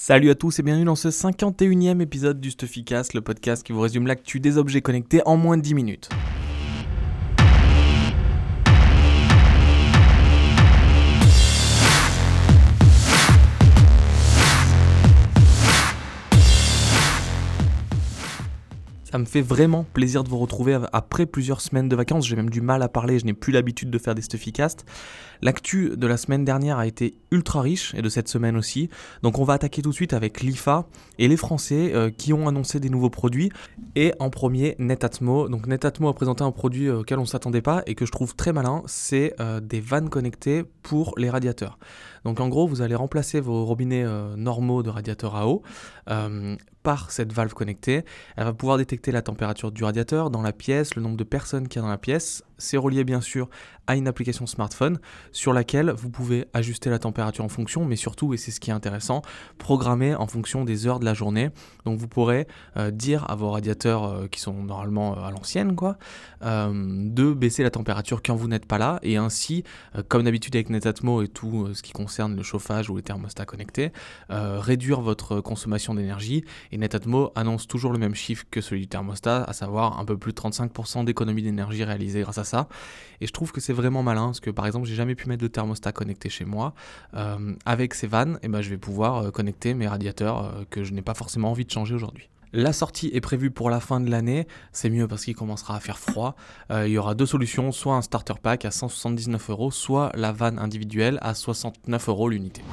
Salut à tous et bienvenue dans ce 51e épisode du Stuffycast, le podcast qui vous résume l'actu des objets connectés en moins de 10 minutes. Ça me fait vraiment plaisir de vous retrouver après plusieurs semaines de vacances. J'ai même du mal à parler, je n'ai plus l'habitude de faire des Stuffycasts. L'actu de la semaine dernière a été ultra riche et de cette semaine aussi. Donc on va attaquer tout de suite avec l'IFA et les Français qui ont annoncé des nouveaux produits. Et en premier, Netatmo. Donc Netatmo a présenté un produit auquel on ne s'attendait pas et que je trouve très malin. C'est des vannes connectées pour les radiateurs. Donc en gros, vous allez remplacer vos robinets normaux de radiateur à eau par cette valve connectée. Elle va pouvoir détecter la température du radiateur dans la pièce, le nombre de personnes qu'il y a dans la pièce. C'est relié bien sûr à une application smartphone sur laquelle vous pouvez ajuster la température en fonction, mais surtout, et c'est ce qui est intéressant, programmer en fonction des heures de la journée. Donc vous pourrez dire à vos radiateurs qui sont normalement à l'ancienne, de baisser la température quand vous n'êtes pas là, et ainsi, comme d'habitude avec Netatmo et tout ce qui concerne le chauffage ou les thermostats connectés, réduire votre consommation d'énergie. Et Netatmo annonce toujours le même chiffre que celui du thermostat, à savoir un peu plus de 35% d'économie d'énergie réalisée grâce à ça. Et je trouve que c'est vraiment malin, parce que par exemple, j'ai jamais pu mettre de thermostat connecté chez moi. Avec ces vannes, je vais pouvoir connecter mes radiateurs que je n'ai pas forcément envie de changer aujourd'hui. La sortie est prévue pour la fin de l'année, c'est mieux parce qu'il commencera à faire froid. Il y aura deux solutions, soit un starter pack à 179 €, soit la vanne individuelle à 69 € l'unité.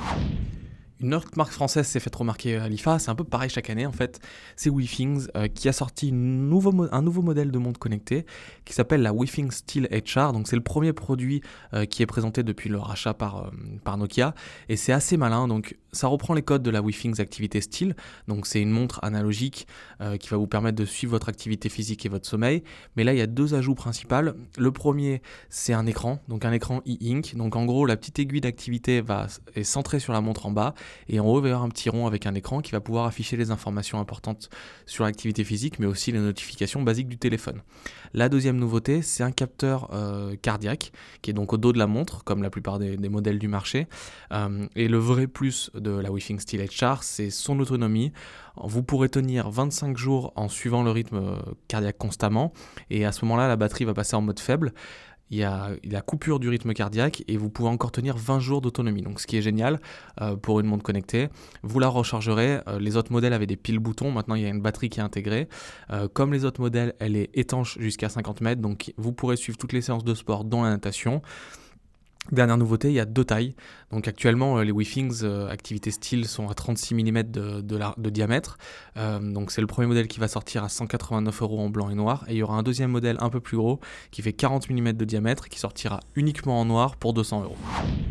Une autre marque française s'est fait remarquer à l'IFA, c'est un peu pareil chaque année en fait, c'est WeThings qui a sorti un nouveau modèle de montre connectée qui s'appelle la WeThings Steel HR, donc c'est le premier produit qui est présenté depuis le rachat par Nokia, et c'est assez malin, donc ça reprend les codes de la WeThings Activité Steel, donc c'est une montre analogique qui va vous permettre de suivre votre activité physique et votre sommeil, mais là il y a deux ajouts principaux. Le premier c'est un écran, donc un écran e-ink, donc en gros la petite aiguille d'activité est centrée sur la montre en bas, et en haut, il va y avoir un petit rond avec un écran qui va pouvoir afficher les informations importantes sur l'activité physique, mais aussi les notifications basiques du téléphone. La deuxième nouveauté, c'est un capteur cardiaque, qui est donc au dos de la montre, comme la plupart des modèles du marché. Et le vrai plus de la WeThings Steel HR, c'est son autonomie. Vous pourrez tenir 25 jours en suivant le rythme cardiaque constamment, et à ce moment-là, la batterie va passer en mode faible. Il y a la coupure du rythme cardiaque et vous pouvez encore tenir 20 jours d'autonomie. Donc ce qui est génial pour une montre connectée. Vous la rechargerez. Les autres modèles avaient des piles boutons. Maintenant, il y a une batterie qui est intégrée. Comme les autres modèles, elle est étanche jusqu'à 50 mètres. Donc vous pourrez suivre toutes les séances de sport, dont la natation. Dernière nouveauté, il y a deux tailles. Donc actuellement, les WeThings Activité Steel sont à 36 mm de diamètre. Donc c'est le premier modèle qui va sortir à 189 € en blanc et noir. Et il y aura un deuxième modèle un peu plus gros qui fait 40 mm de diamètre qui sortira uniquement en noir pour 200 €.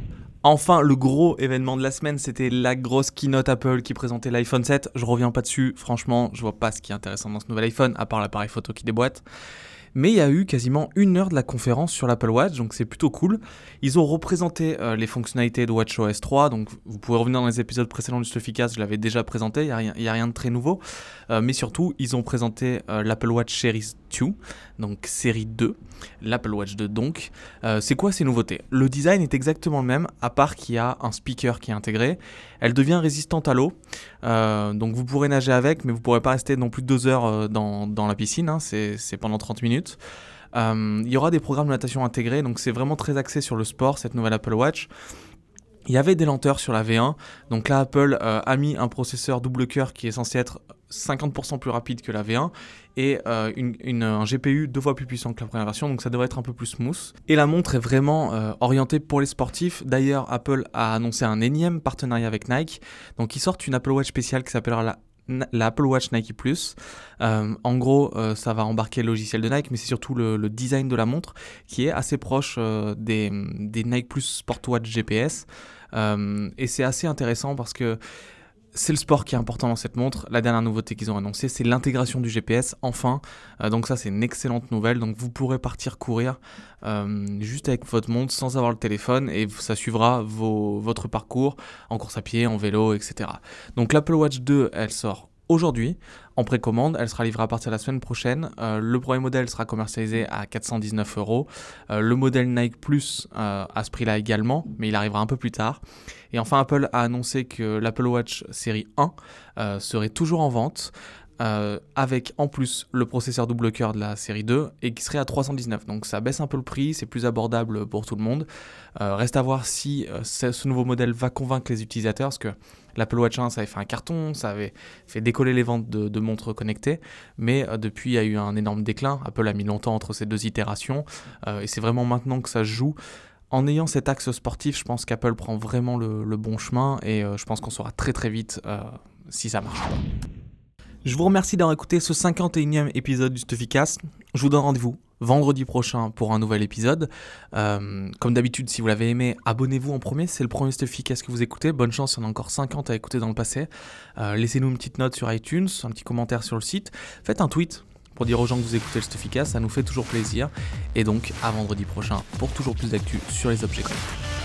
Enfin, le gros événement de la semaine, c'était la grosse keynote Apple qui présentait l'iPhone 7. Je reviens pas dessus, franchement, je vois pas ce qui est intéressant dans ce nouvel iPhone, à part l'appareil photo qui déboîte. Mais il y a eu quasiment 1 heure de la conférence sur l'Apple Watch, donc c'est plutôt cool. Ils ont représenté les fonctionnalités de WatchOS 3, donc vous pouvez revenir dans les épisodes précédents du Stuffycast, je l'avais déjà présenté, il n'y a rien de très nouveau. Mais surtout, ils ont présenté l'Apple Watch Series 2, donc série 2, l'Apple Watch 2 donc. C'est quoi ces nouveautés ? Le design est exactement le même, à part qu'il y a un speaker qui est intégré. Elle devient résistante à l'eau, donc vous pourrez nager avec, mais vous ne pourrez pas rester non plus 2 heures dans la piscine, c'est pendant 30 minutes. Il y aura des programmes de natation intégrés, donc c'est vraiment très axé sur le sport, cette nouvelle Apple Watch. Il y avait des lenteurs sur la V1, donc là Apple a mis un processeur double cœur qui est censé être 50% plus rapide que la V1 et un GPU 2 fois plus puissant que la première version, donc ça devrait être un peu plus smooth. Et la montre est vraiment orientée pour les sportifs. D'ailleurs, Apple a annoncé un énième partenariat avec Nike, donc ils sortent une Apple Watch spéciale qui s'appellera l'Apple Watch Nike Plus. En gros, ça va embarquer le logiciel de Nike, mais c'est surtout le design de la montre qui est assez proche des Nike Plus Sportwatch GPS. Et c'est assez intéressant parce que c'est le sport qui est important dans cette montre. La dernière nouveauté qu'ils ont annoncée, c'est l'intégration du GPS, enfin. Donc ça, c'est une excellente nouvelle. Donc vous pourrez partir courir juste avec votre montre sans avoir le téléphone et ça suivra votre parcours en course à pied, en vélo, etc. Donc l'Apple Watch 2, elle sort aujourd'hui en précommande. Elle sera livrée à partir de la semaine prochaine. Le premier modèle sera commercialisé à 419€. Le modèle Nike Plus à ce prix-là également, mais il arrivera un peu plus tard. Et enfin, Apple a annoncé que l'Apple Watch série 1 serait toujours en vente. Avec en plus le processeur double cœur de la série 2 et qui serait à 319, donc ça baisse un peu le prix, c'est plus abordable pour tout le monde. Reste à voir si ce nouveau modèle va convaincre les utilisateurs, parce que l'Apple Watch 1 ça avait fait un carton, ça avait fait décoller les ventes de montres connectées, mais depuis il y a eu un énorme déclin. Apple a mis longtemps entre ces deux itérations et c'est vraiment maintenant que ça se joue. En ayant cet axe sportif, je pense qu'Apple prend vraiment le bon chemin et je pense qu'on saura très très vite si ça marche. Je vous remercie d'avoir écouté ce 51e épisode du Stuffycast. Je vous donne rendez-vous vendredi prochain pour un nouvel épisode. Comme d'habitude, si vous l'avez aimé, abonnez-vous en premier. C'est le premier Stuffycast que vous écoutez. Bonne chance, il y en a encore 50 à écouter dans le passé. Laissez-nous une petite note sur iTunes, un petit commentaire sur le site. Faites un tweet pour dire aux gens que vous écoutez le Stuffycast, ça nous fait toujours plaisir. Et donc, à vendredi prochain pour toujours plus d'actu sur les objets connectés.